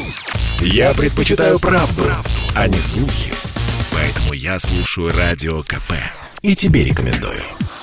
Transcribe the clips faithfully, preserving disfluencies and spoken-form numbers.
Я предпочитаю правду, правду, а не слухи. Поэтому я слушаю Радио КП. И тебе рекомендую.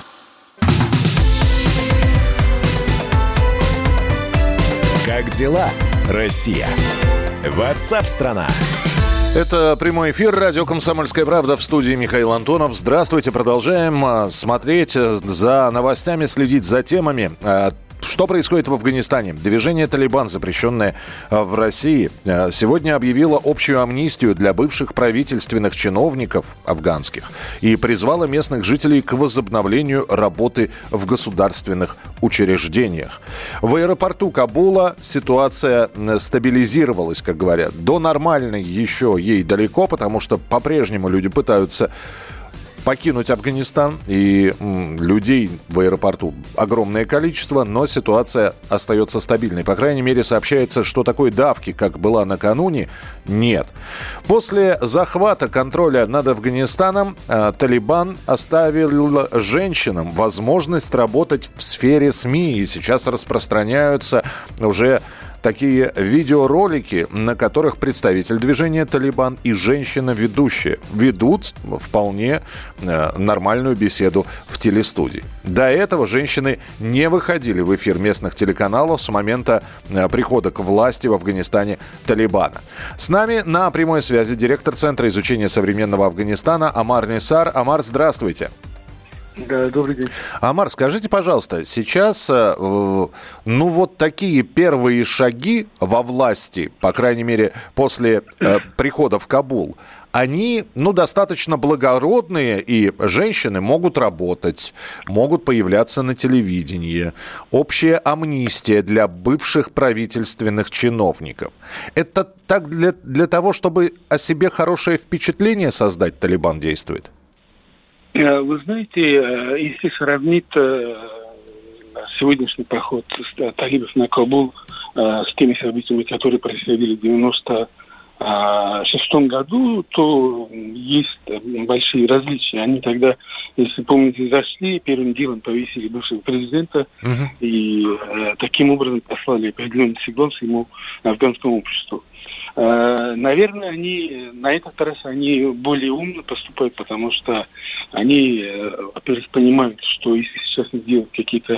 Как дела, Россия? Ватсап-страна! Это прямой эфир, радио «Комсомольская правда», в студии Михаил Антонов. Здравствуйте, продолжаем смотреть за новостями, следить за темами. Что происходит в Афганистане? Движение «Талибан», запрещенное в России, сегодня объявило общую амнистию для бывших правительственных чиновников афганских и призвало местных жителей к возобновлению работы в государственных учреждениях. В аэропорту Кабула ситуация стабилизировалась, как говорят. До нормальной еще ей далеко, потому что по-прежнему люди пытаются покинуть Афганистан, и м, людей в аэропорту огромное количество, но ситуация остается стабильной. По крайней мере, сообщается, что такой давки, как была накануне, нет. После захвата контроля над Афганистаном э, Талибан оставил женщинам возможность работать в сфере СМИ, и сейчас распространяются уже такие видеоролики, на которых представитель движения «Талибан» и женщина-ведущая ведут вполне э, нормальную беседу в телестудии. До этого женщины не выходили в эфир местных телеканалов с момента э, прихода к власти в Афганистане Талибана. С нами на прямой связи директор Центра изучения современного Афганистана Амар Нисар. Амар, здравствуйте. Да, добрый день. Амар, скажите, пожалуйста, сейчас, э, ну вот такие первые шаги во власти, по крайней мере, после э, прихода в Кабул, они, ну, достаточно благородные, и женщины могут работать, могут появляться на телевидении. Общая амнистия для бывших правительственных чиновников. Это так для, для того, чтобы о себе хорошее впечатление создать, Талибан действует? Вы знаете, если сравнить сегодняшний поход талибов на Кабул с теми событиями, которые происходили в девяносто шестом году, то есть большие различия. Они тогда, если помните, зашли, первым делом повесили бывшего президента uh-huh. и таким образом послали определенный сигнал всему афганскому обществу. Наверное, они на этот раз они более умно поступают, потому что они, во-первых, понимают, что если сейчас сделать какие-то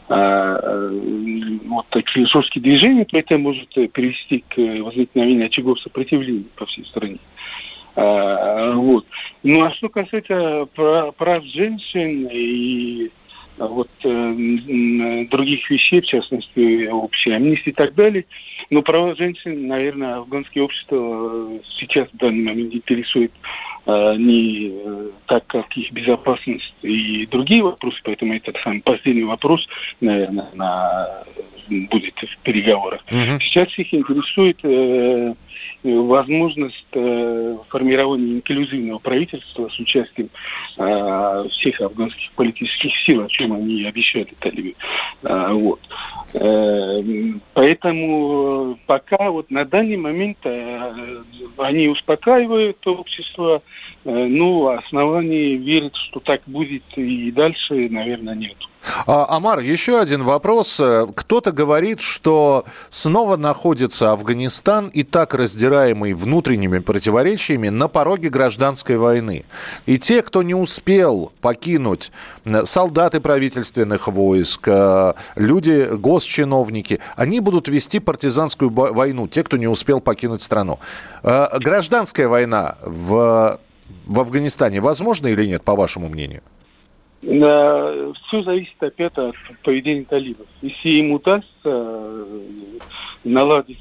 вот такие жесткие движения, то это может привести к возникновению очагов сопротивления по всей стране. Вот. Ну а что касается прав женщин и вот э, других вещей, в частности, общей амнистии и так далее. Но права женщин, наверное, афганское общество сейчас в данный момент интересует э, не э, так, как их безопасность и другие вопросы, поэтому это самый последний вопрос, наверное, на, будет в переговорах. Uh-huh. Сейчас их интересует э, возможность э, формирования инклюзивного правительства с участием э, всех афганских политических сил, о чем они обещали талибы. Э, вот. э, поэтому пока вот на данный момент э, они успокаивают общество, э, но оснований верить, что так будет и дальше, наверное, нет. А, Амар, еще один вопрос. Кто-то говорит, что снова находится Афганистан, и так раздираемый внутренними противоречиями, на пороге гражданской войны. И те, кто не успел покинуть, солдаты правительственных войск, люди, госчиновники, они будут вести партизанскую войну, те, кто не успел покинуть страну. Гражданская война в, в Афганистане возможна или нет, по вашему мнению? Все зависит опять от поведения талибов. Если им удастся наладить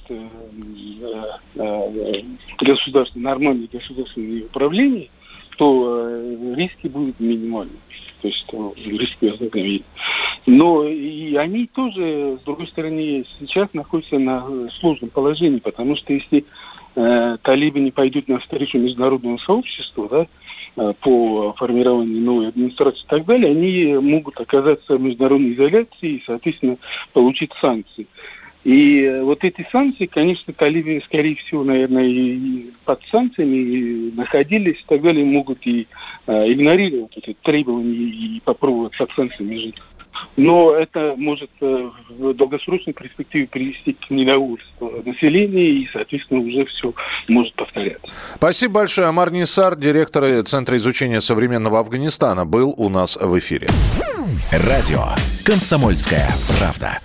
государственное, нормальное государственное управление, то риски будут минимальны. То есть риски возникновения. Но и они тоже, с другой стороны, сейчас находятся на сложном положении, потому что если э, талибы не пойдут навстречу международному сообществу, да, по формированию новой администрации и так далее, они могут оказаться в международной изоляции и, соответственно, получить санкции. И вот эти санкции, конечно, талибы, скорее всего, наверное, и под санкциями находились и так далее, могут и э, игнорировать эти требования и попробовать под санкциями жить. Но это может в долгосрочной перспективе привести к недовольству населения, и, соответственно, уже все может повторяться. Спасибо большое. Амар Нисар, директор Центра изучения современного Афганистана, был у нас в эфире. Радио «Комсомольская правда».